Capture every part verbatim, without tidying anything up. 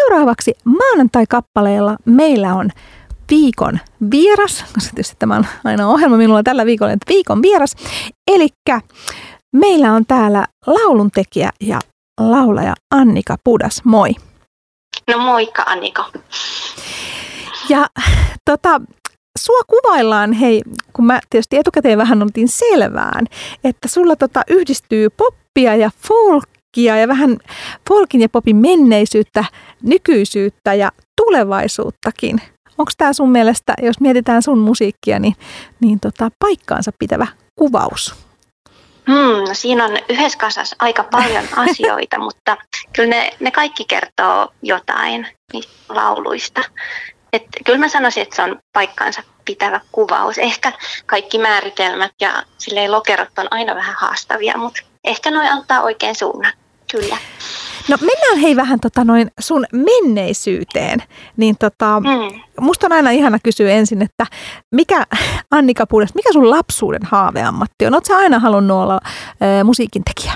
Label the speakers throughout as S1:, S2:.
S1: seuraavaksi maanantai-kappaleella meillä on viikon vieras, koska tietysti tämä on aina ohjelma minulla tällä viikolla, että viikon vieras. Elikkä meillä on täällä lauluntekijä ja laulaja Annika Pudas. Moi.
S2: No moikka Annika.
S1: Ja tota, sua kuvaillaan, hei, kun mä tietysti etukäteen vähän oltiin selvään, että sulla tota yhdistyy poppia ja folkia ja vähän folkin ja popin menneisyyttä, nykyisyyttä ja tulevaisuuttakin. Onko tämä sun mielestä, jos mietitään sun musiikkia, niin, niin tota, paikkaansa pitävä kuvaus?
S2: Hmm, no siinä on yhdessä kasassa aika paljon asioita, mutta kyllä ne, ne kaikki kertoo jotain niistä lauluista. Et kyllä mä sanoisin, että se on paikkaansa pitävä kuvaus. Ehkä kaikki määritelmät ja silleen lokerot on aina vähän haastavia, mutta ehkä noi antaa oikein suunnan, kyllä.
S1: No mennään hei vähän tota noin sun menneisyyteen. Niin tota, mm. musta on aina ihana kysyä ensin, että mikä Annika Pudas, mikä sun lapsuuden haaveammatti on? Ootko sä aina halunnut olla ä, musiikintekijä?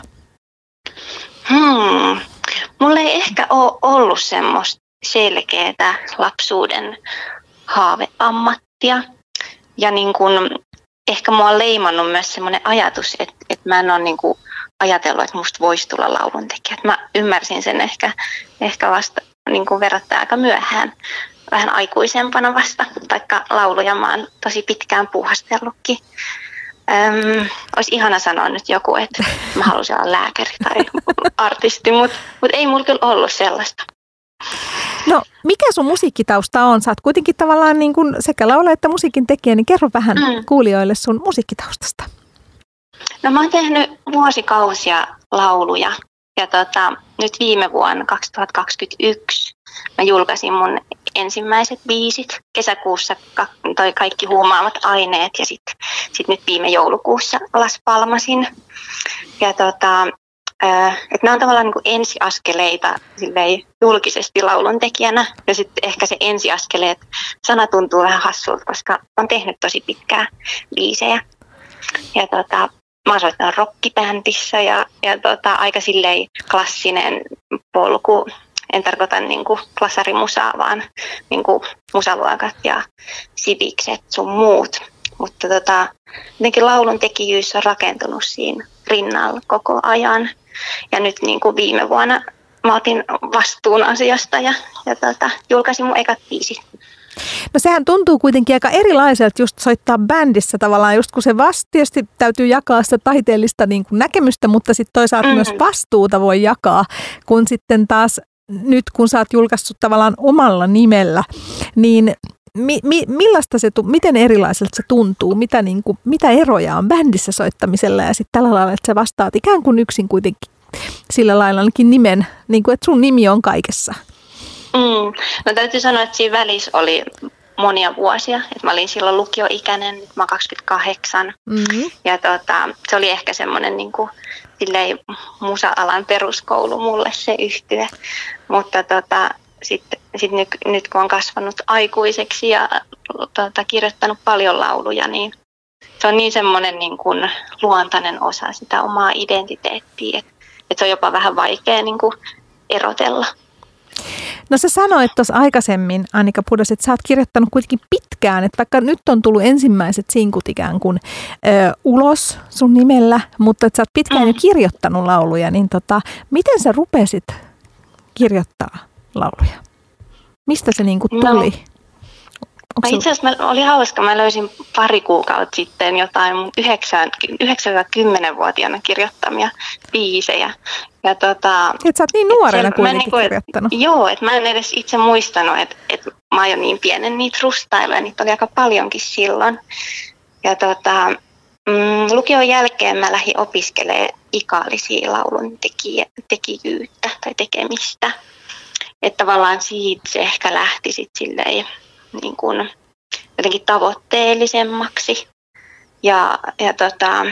S2: Hmm. Mulla ei ehkä ole ollut semmoista selkeää lapsuuden haaveammattia. Ja niin kun, ehkä mua on leimannut myös semmoinen ajatus, että, että mä en ole niin kuin ajatellut, että musta voisi tulla lauluntekijä. Mä ymmärsin sen ehkä, ehkä vasta niin kuin verrattain aika myöhään, vähän aikuisempana vasta, taikka lauluja mä oon tosi pitkään puuhastellutkin. Öm, olisi ihana sanoa nyt joku, että mä haluaisin olla lääkäri tai artisti, mutta mut ei mulla kyllä ollut sellaista.
S1: No, mikä sun musiikkitausta on? Sä oot kuitenkin tavallaan niin kuin sekä laulaja että musiikin tekijä, niin kerro vähän mm. kuulijoille sun musiikkitaustasta.
S2: No mä oon tehnyt vuosikausia lauluja ja tota, nyt viime vuonna kaksituhattakaksikymmentäyksi mä julkaisin mun ensimmäiset biisit. Kesäkuussa toi kaikki huumaavat aineet ja sitten sit nyt viime joulukuussa Las Palmasin. Ja tota, että nämä on tavallaan niin kuin ensiaskeleita silleen julkisesti lauluntekijänä ja sitten ehkä se ensiaskeleet sana tuntuu vähän hassulta, koska on tehnyt tosi pitkää biisejä. Ja tota, mä oon soittanut rockibändissä ja, ja tota, aika silleen klassinen polku. En tarkoita niin kuin klasarimusaa, vaan niin kuin musaluokat ja sivikset sun muut. Mutta tota, jotenkin lauluntekijyys on rakentunut siinä rinnalla koko ajan. Ja nyt niin kuin viime vuonna mä otin vastuun asiasta ja, ja tota, julkaisin mun ekat biisit.
S1: No sehän tuntuu kuitenkin aika erilaiselta just soittaa bändissä tavallaan, just kun se vasta tietysti täytyy jakaa sitä taiteellista niin kuin näkemystä, mutta sitten toisaalta mm-hmm. myös vastuuta voi jakaa, kun sitten taas nyt kun sä oot julkaissut tavallaan omalla nimellä, niin mi, mi, millaista se, miten erilaiselta se tuntuu, mitä, niin kuin, mitä eroja on bändissä soittamisella ja sitten tällä lailla, että sä vastaat ikään kuin yksin kuitenkin sillä lailla ainakin nimen, niin kuin, että sun nimi on kaikessa.
S2: Mm. No täytyy sanoa, että siinä välissä oli monia vuosia. Et mä olin silloin lukioikäinen, nyt mä oon kaksikymmentäkahdeksan. Mm-hmm. Ja tota, se oli ehkä semmoinen niin kuin silleen musa-alan peruskoulu mulle se yhtye. Mutta tota, sitten sit nyt, nyt kun on kasvanut aikuiseksi ja tota, kirjoittanut paljon lauluja, niin se on niin semmoinen niin kuin luontainen osa sitä omaa identiteettiä, että et se on jopa vähän vaikea niin kuin erotella.
S1: No sä sanoit tuossa aikaisemmin, Annika Pudas, että sä oot kirjoittanut kuitenkin pitkään, että vaikka nyt on tullut ensimmäiset sinkut ikään kuin ö, ulos sun nimellä, mutta että sä oot pitkään mm. jo kirjoittanut lauluja, niin tota, miten sä rupesit kirjoittaa lauluja? Mistä se niin kuin tuli? No.
S2: No itse asiassa oli hauska, mä löysin pari kuukautta sitten jotain mun yhdeksän-kymmenen-vuotiaana kirjoittamia biisejä. Ja tota,
S1: et sä oot niin nuorena kuitenkin niinku, kirjoittanut.
S2: Et, joo, että mä en edes itse muistanut, että et mä oon jo niin pienen niitä rustailuja, niitä oli aika paljonkin silloin. Ja tota, mm, lukion jälkeen mä lähdin opiskelemaan ikaalisia laulun tekijä, tekijyyttä tai tekemistä. Että tavallaan siitä se ehkä lähti sitten silleen niin kuin jotenkin tavoitteellisemmaksi ja, ja tota,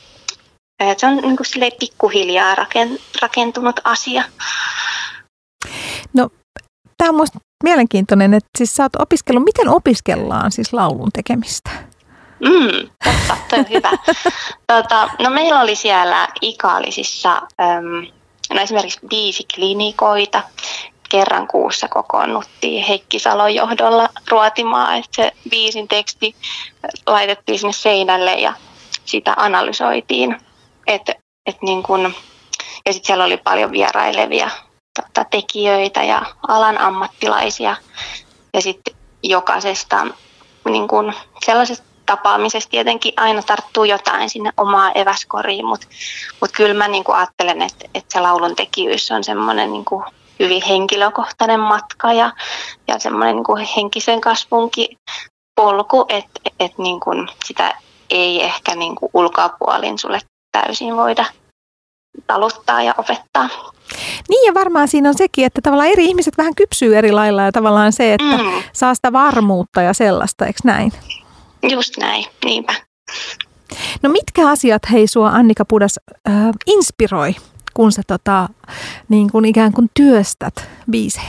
S2: se on niin kuin silleen pikkuhiljaa rakentunut asia.
S1: No, tämä on minusta mielenkiintoinen, että siis sä oot opiskellut, miten opiskellaan siis laulun tekemistä?
S2: Mm, totta, toi on hyvä. tota, no meillä oli siellä Ikaalisissa äm, no esimerkiksi biisiklinikoita kerran kuussa kokoonnuttiin Heikki Salon johdolla ruotimaan, että se biisin teksti laitettiin sinne seinälle ja sitä analysoitiin. Et, et niin kun, ja sitten siellä oli paljon vierailevia tota, tekijöitä ja alan ammattilaisia. Ja sitten jokaisesta niin kun, sellaisesta tapaamisesta tietenkin aina tarttuu jotain sinne omaa eväskoriin, mutta mut kyllä mä niin kun ajattelen, että, että se laulun tekijyys on semmoinen niin kun hyvin henkilökohtainen matka ja, ja semmoinen niin kuin henkisen kasvunkin polku, että et niin kuin sitä ei ehkä niin kuin ulkopuolin sulle täysin voida taluttaa ja opettaa.
S1: Niin ja varmaan siinä on sekin, että tavallaan eri ihmiset vähän kypsyy eri lailla ja tavallaan se, että mm. saa sitä varmuutta ja sellaista, eikö näin?
S2: Just näin, niinpä.
S1: No mitkä asiat hei sua Annika Pudas äh, inspiroi, kun sä tota, niin kuin ikään kuin työstät biisejä?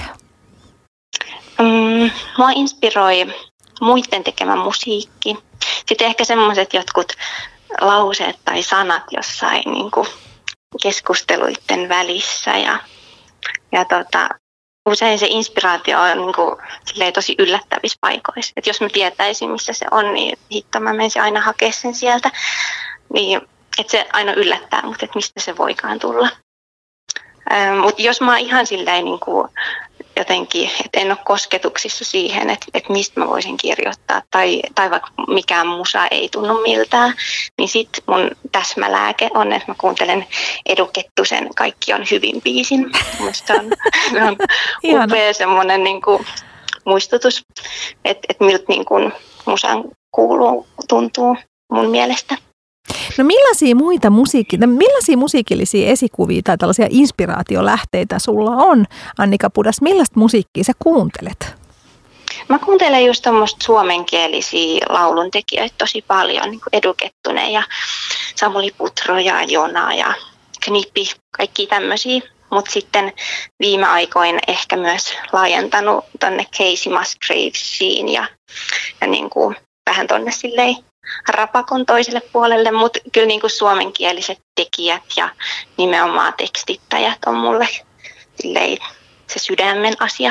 S2: Mm, mua inspiroi muiden tekemä musiikki. Sitten ehkä semmoiset jotkut lauseet tai sanat jossain niin kuin keskusteluiden välissä. Ja, ja tota, usein se inspiraatio on niin kuin, tosi yllättävissä paikoissa. Et jos mä tietäisin, missä se on, niin hitto mä menisin aina hakea sen sieltä. Niin, että se aina yllättää, mutta et mistä se voikaan tulla. Ähm, mutta jos mä oon ihan silleen niin kuin jotenkin, että en ole kosketuksissa siihen, että, että mistä mä voisin kirjoittaa tai, tai vaikka mikään musa ei tunnu miltään, niin sit mun täsmälääke on, että mä kuuntelen Edu Kettusen Kaikki on hyvin biisin. Musta on, on upea semmoinen niin kuin muistutus, että, että miltä niin kuin musan kuuluu, tuntuu mun mielestä.
S1: No millaisia muita musiikki, millaisia musiikillisia esikuvia tai tällaisia inspiraatiolähteitä sulla on, Annika Pudas? Millaista musiikkia sä kuuntelet?
S2: Mä kuuntelen just tommoista suomenkielisiä lauluntekijöitä tosi paljon, niin kuin Edu Kettunen ja Samuli Putro ja Jona ja Knipi, kaikki tämmöisiä. Mutta sitten viime aikoina ehkä myös laajentanut tonne Casey Musgravesiin ja, ja niin kuin vähän tonne silleen rapakon toiselle puolelle, mutta kyllä niin kuin suomenkieliset tekijät ja nimenomaan tekstittäjät on mulle silleen se sydämen asia.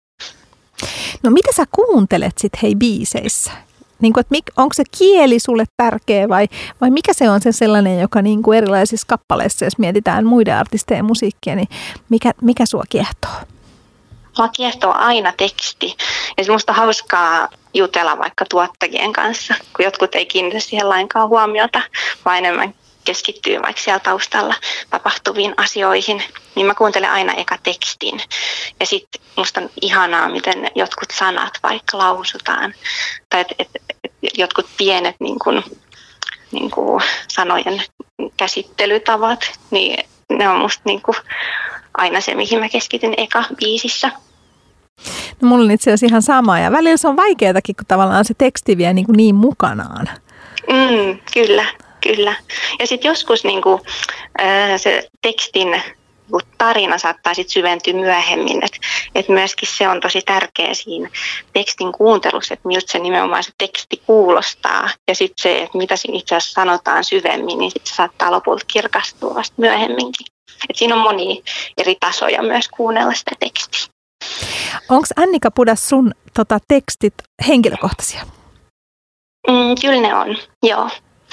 S1: No mitä sä kuuntelet sitten hei biiseissä? Niin kuin, että onko se kieli sulle tärkeä vai, vai mikä se on se sellainen, joka niin kuin erilaisissa kappaleissa, jos mietitään muiden artistien musiikkia, niin mikä, mikä sua kiehtoo?
S2: Mua kiehtoo aina teksti. Ja se musta on hauskaa jutella vaikka tuottajien kanssa, kun jotkut ei kiinnitä siihen lainkaan huomiota, vaan enemmän keskittyy vaikka siellä taustalla tapahtuviin asioihin. Niin mä kuuntelen aina eka tekstin. Ja sitten musta on ihanaa, miten jotkut sanat vaikka lausutaan. Tai et, et, et, jotkut pienet niin kun, niin kun sanojen käsittelytavat, niin ne on musta niin kun aina se, mihin mä keskityn eka biisissä.
S1: No mulla on itse asiassa ihan sama ja välillä se on vaikeatakin, kun tavallaan se teksti vie niin, kuin niin mukanaan.
S2: Mm, kyllä, kyllä. Ja sitten joskus niin kuin, äh, se tekstin tarina saattaa sit syventyä myöhemmin, että et myöskin se on tosi tärkeä siinä tekstin kuuntelussa, että miltä se nimenomaan se teksti kuulostaa ja sitten se, että mitä siinä itse asiassa sanotaan syvemmin, niin sitten se saattaa lopulta kirkastua vasta myöhemminkin. Et siinä on monia eri tasoja myös kuunnella sitä tekstiä.
S1: Onko Annika Pudas sun tota, tekstit henkilökohtaisia?
S2: Mm, kyllä ne on, joo.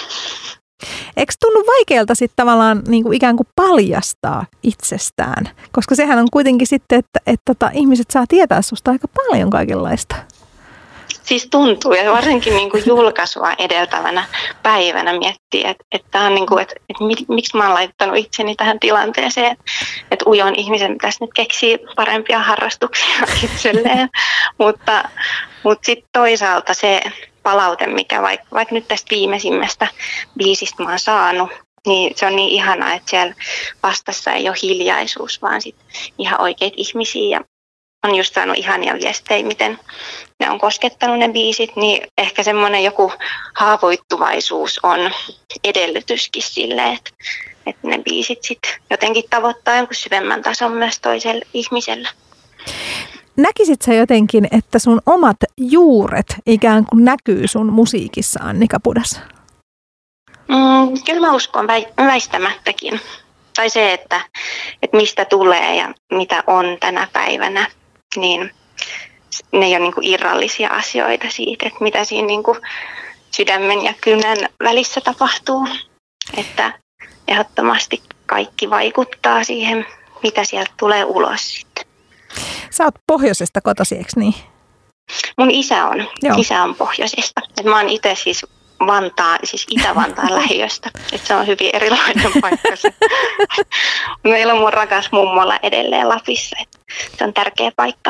S1: Eikö tunnu vaikealta sitten tavallaan niin kuin ikään kuin paljastaa itsestään? Koska sehän on kuitenkin sitten, että, että, että ihmiset saa tietää susta aika paljon kaikenlaista.
S2: Siis tuntuu, ja varsinkin niin kuin julkaisua edeltävänä päivänä miettii, että, että, on niin kuin, että, että miksi mä oon laittanut itseni tähän tilanteeseen, että, että ujon ihmisen pitäisi nyt keksiä parempia harrastuksia itselleen. mutta mutta sitten toisaalta se palaute, mikä vaikka, vaikka nyt tästä viimeisimmästä biisistä mä oon saanut, niin se on niin ihanaa, että siellä vastassa ei ole hiljaisuus, vaan sit ihan oikeita ihmisiä. Ja on just saanut ihania viestejä, miten ne on koskettanut ne biisit, niin ehkä semmoinen joku haavoittuvaisuus on edellytyskin sille, että, että ne biisit sitten jotenkin tavoittaa jonkun syvemmän tason myös toiselle ihmiselle.
S1: Näkisit sä jotenkin, että sun omat juuret ikään kuin näkyy sun musiikissa, Annika Pudas?
S2: Mm, kyllä mä uskon väistämättäkin. tai se, että, että mistä tulee ja mitä on tänä päivänä, niin ne ei ole niin kuin irrallisia asioita siitä, että mitä siinä niin kuin sydämen ja kynän välissä tapahtuu. Että ehdottomasti kaikki vaikuttaa siihen, mitä sieltä tulee ulos sitten.
S1: Sä oot pohjoisesta kotosi, eikö niin?
S2: Mun isä on.
S1: Joo.
S2: Isä on pohjoisesta. Et mä oon itse siis Vantaa, siis Itä-Vantaan lähiöstä. Et se on hyvin erilainen paikka. Meillä on mun rakas mummola edelleen Lapissa. Et se on tärkeä paikka.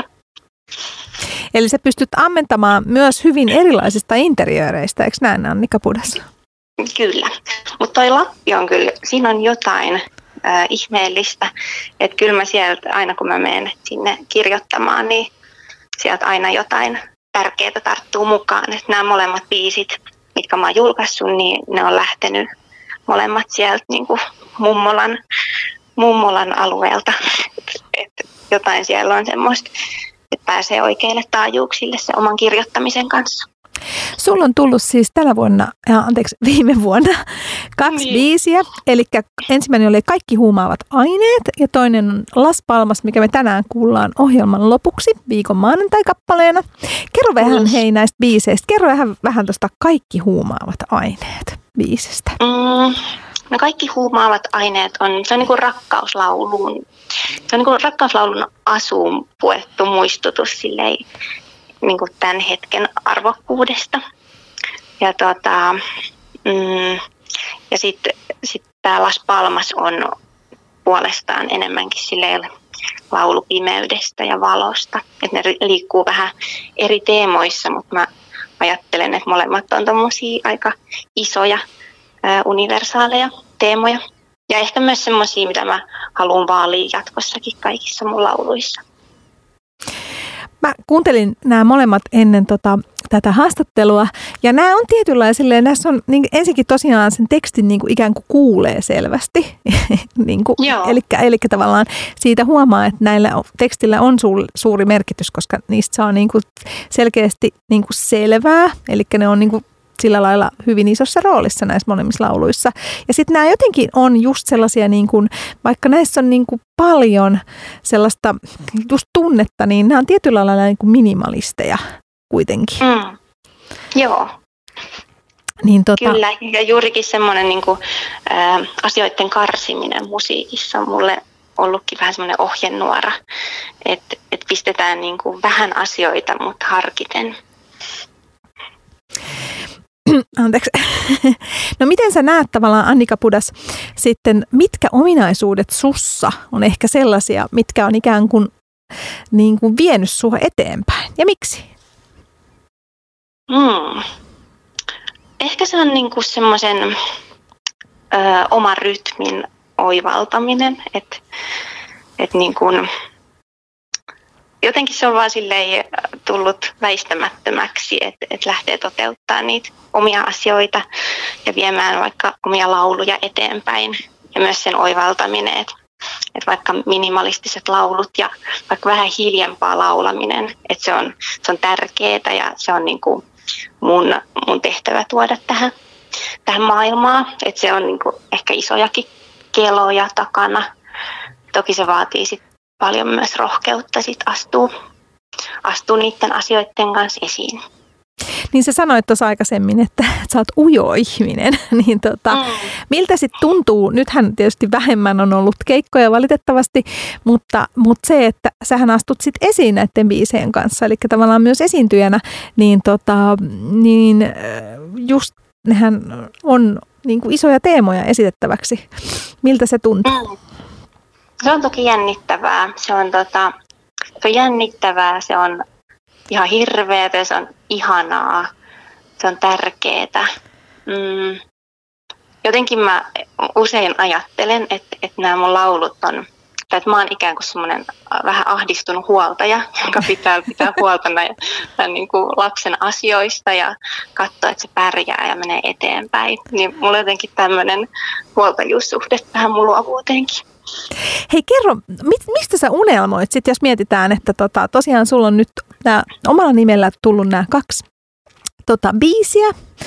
S1: Eli sä pystyt ammentamaan myös hyvin erilaisista interiööreistä, eikö näin, Annika Pudas?
S2: Kyllä, mutta toi Lappi on kyllä, siinä on jotain äh, ihmeellistä, että kyllä mä sieltä aina kun mä menen sinne kirjoittamaan, niin sieltä aina jotain tärkeää tarttuu mukaan, että nämä molemmat biisit, mitkä mä oon julkaissut, niin ne on lähtenyt molemmat sieltä niin kuin mummolan, mummolan alueelta, että jotain siellä on semmoista, että pääsee oikeille taajuuksille se oman kirjoittamisen kanssa.
S1: Sulla on tullut siis tänä vuonna, ja anteeksi viime vuonna, kaksi niin. biisiä. Eli ensimmäinen oli Kaikki huumaavat aineet ja toinen on Las Palmas, mikä me tänään kuullaan ohjelman lopuksi viikon maanantai-kappaleena. Kerro vähän mm. hei näistä biiseistä. Kerro vähän, vähän tuosta Kaikki huumaavat aineet biisistä. Mm.
S2: No Kaikki huumaavat aineet on, se on niin kuin rakkauslauluun, se on niin kuin rakkauslaulun asuun puettu muistutus silleen, niin kuin tämän hetken arvokkuudesta. Ja, tota, mm, ja sitten sit tämä Las Palmas on puolestaan enemmänkin silleen laulu pimeydestä ja valosta. Että ne liikkuu vähän eri teemoissa, mutta mä ajattelen, että molemmat on tommosia aika isoja, ää, universaaleja teemoja. Ja ehkä myös semmosia, mitä mä haluan vaalia jatkossakin kaikissa mun lauluissa.
S1: Mä kuuntelin nämä molemmat ennen tota, tätä haastattelua, ja nämä on tietynlaisille, näissä on niin ensinnäkin tosiaan sen tekstin niin kuin ikään kuin kuulee selvästi, niin kuin, eli, eli tavallaan siitä huomaa, että näillä tekstillä on su, suuri merkitys, koska niistä saa niin kuin selkeästi niin kuin selvää, eli ne on niin kuin sillä lailla hyvin isossa roolissa näissä molemmissa lauluissa. Ja sitten nämä jotenkin on just sellaisia, niin kuin, vaikka näissä on niin kuin paljon sellaista just tunnetta, niin nämä on tietyllä lailla niin kuin minimalisteja kuitenkin.
S2: Mm. Joo.
S1: Niin, tota...
S2: Kyllä, ja juurikin semmoinen niin kuin, ä, asioiden karsiminen musiikissa on mulle ollutkin vähän semmoinen ohjenuora, että et pistetään niin kuin vähän asioita, mutta harkiten.
S1: Anteeksi. No miten sä näet tavallaan, Annika Pudas, sitten mitkä ominaisuudet sussa on ehkä sellaisia, mitkä on ikään kuin, niin kuin vienyt sua eteenpäin? Ja miksi?
S2: Hmm. Ehkä se on niin kuin semmoisen ö, oman rytmin oivaltaminen, että et niin kuin jotenkin se on vaan silleen tullut väistämättömäksi, että, että lähtee toteuttamaan niitä omia asioita ja viemään vaikka omia lauluja eteenpäin. Ja myös sen oivaltaminen, että, että vaikka minimalistiset laulut ja vaikka vähän hiljempaa laulaminen, että se on, se on tärkeää ja se on niin kuin mun, mun tehtävä tuoda tähän, tähän maailmaan. Että se on niin kuin ehkä isojakin keloja takana. Toki se vaatii sit paljon myös rohkeutta sit astuu, astuu niiden asioiden kanssa esiin.
S1: Niin sä sanoit tuossa aikaisemmin, että sä oot ujo ihminen. niin tota, mm. Miltä sitten tuntuu? Nythän tietysti vähemmän on ollut keikkoja valitettavasti, mutta, mutta se, että sähän astut sitten esiin näiden biisien kanssa, eli tavallaan myös esiintyjänä, niin, tota, niin just nehän on niin kuin isoja teemoja esitettäväksi. Miltä se tuntuu? Mm.
S2: Se on toki jännittävää. Se on, tota, se on jännittävää, se on ihan hirveätä, se on ihanaa, se on tärkeää. Mm. Jotenkin mä usein ajattelen, että, että nämä mun laulut on, tai että mä oon ikään kuin semmoinen vähän ahdistunut huoltaja, joka pitää pitää huolta näin, tämän niin kuin lapsen asioista ja katsoa, että se pärjää ja menee eteenpäin. Niin mulla on jotenkin tämmöinen huoltajuussuhde tähän mun luovuuteenkin.
S1: Hei, kerro, mistä sä unelmoit sit, jos mietitään, että tota, tosiaan sulla on nyt nää, omalla nimellä tullut nämä kaksi tota, biisiä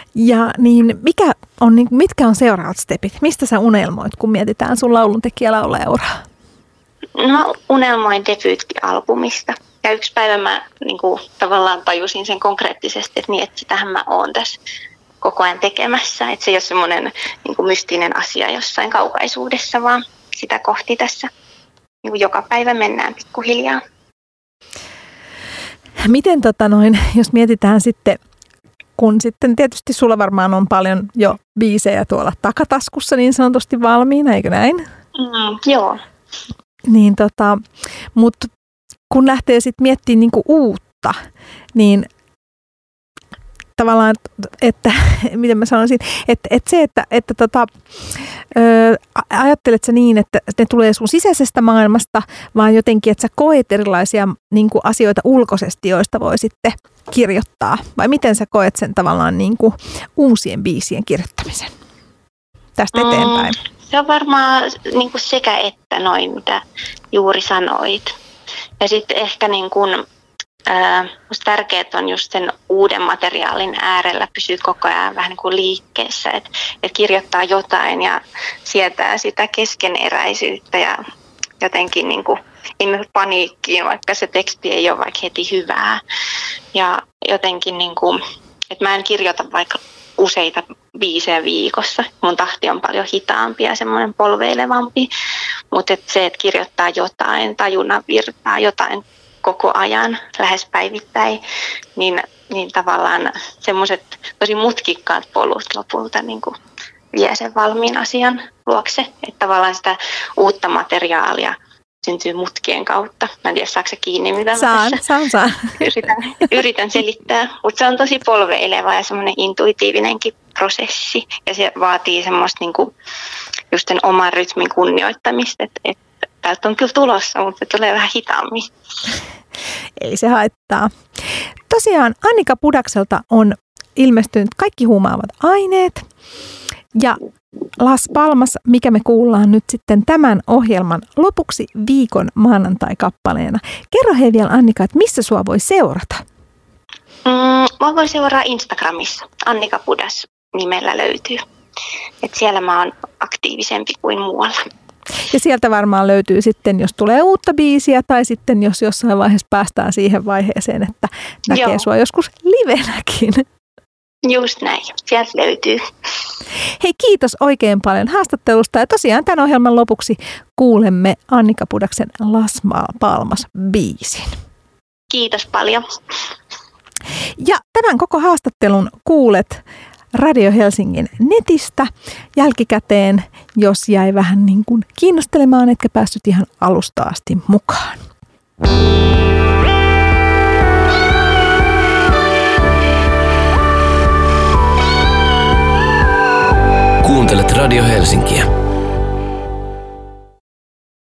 S1: Ja niin mikä on, niin, mitkä on seuraavat stepit? Mistä sä unelmoit, kun mietitään sun lauluntekijä-laulajauraa?
S2: Mä unelmoin debyyttialbumista. Ja yksi päivä mä niin kuin, tavallaan tajusin sen konkreettisesti, että, niin, että sitähän mä oon tässä koko ajan tekemässä. Että se ei ole semmoinen niin kuin mystinen asia jossain kaukaisuudessa, vaan sitä kohti tässä niin kuin joka päivä mennään pikkuhiljaa.
S1: Miten tota noin, jos mietitään sitten, kun sitten tietysti sulla varmaan on paljon jo biisejä tuolla takataskussa niin sanotusti valmiina, eikö näin?
S2: Mm, joo.
S1: Niin tota, mutta kun lähtee sitten miettimään niinku uutta, niin tavallaan, että miten mä sanoisin, että, että se, että, että tota, ö, ajattelet sä niin, että ne tulee sun sisäisestä maailmasta, vaan jotenkin, että sä koet erilaisia niin kuin asioita ulkoisesti, joista voi sitten kirjoittaa, vai miten sä koet sen tavallaan niin kuin uusien biisien kirjoittamisen tästä eteenpäin?
S2: Mm, se on varmaan niin kuin sekä että noin, mitä juuri sanoit. Ja sitten ehkä niin kuin Musta tärkeää on just sen uuden materiaalin äärellä pysyä koko ajan vähän niin kuin liikkeessä, että et kirjoittaa jotain ja sietää sitä keskeneräisyyttä ja jotenkin niin kuin, ei mene paniikkiin, vaikka se teksti ei ole vaikka heti hyvää. Ja jotenkin, niin kuin, että mä en kirjoita vaikka useita biisejä viikossa, mun tahti on paljon hitaampi ja semmoinen polveilevampi, mutta et se, että kirjoittaa jotain, tajunnan virtaa, jotain koko ajan, lähes päivittäin, niin, niin tavallaan semmoiset tosi mutkikkaat polut lopulta niin kuin vie sen valmiin asian luokse. Että tavallaan sitä uutta materiaalia syntyy mutkien kautta. Mä en tiedä, saako se kiinni, mitä
S1: saan,
S2: mä tässä
S1: saan, saan.
S2: Yritän, yritän selittää. Mutta se on tosi polveileva ja semmoinen intuitiivinenkin prosessi. Ja se vaatii semmoista niin kuin just sen oman rytmin kunnioittamista, että et, täältä on kyllä tulossa, mutta se tulee vähän hitaammin.
S1: Ei se haittaa. Tosiaan Annika Pudakselta on ilmestynyt Kaikki huumaavat aineet ja Las Palmas, mikä me kuullaan nyt sitten tämän ohjelman lopuksi viikon maanantai-kappaleena. Kerro hei vielä Annika, että missä sua voi seurata?
S2: Mm, mä voin seurata Instagramissa. Annika Pudas nimellä löytyy. Et siellä mä oon aktiivisempi kuin muualla.
S1: Ja sieltä varmaan löytyy sitten, jos tulee uutta biisiä tai sitten jos jossain vaiheessa päästään siihen vaiheeseen, että näkee Joo. sua joskus livenäkin.
S2: Just näin, sieltä löytyy.
S1: Hei, kiitos oikein paljon haastattelusta ja tosiaan tämän ohjelman lopuksi kuulemme Annika Pudaksen Las Palmas -biisin.
S2: Kiitos paljon.
S1: Ja tämän koko haastattelun kuulet Radio Helsingin netistä jälkikäteen, jos jäi vähän niin kuin kiinnostelemaan, etkä päässyt ihan alusta asti mukaan.
S3: Kuuntelet Radio Helsinkiä.